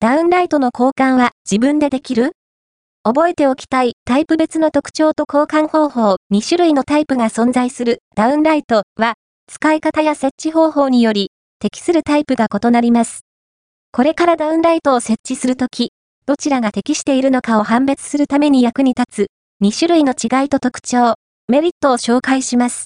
ダウンライトの交換は自分でできる？覚えておきたいタイプ別の特徴と交換方法2種類のタイプが存在するダウンライトは、使い方や設置方法により、適するタイプが異なります。これからダウンライトを設置するとき、どちらが適しているのかを判別するために役に立つ2種類の違いと特徴、メリットを紹介します。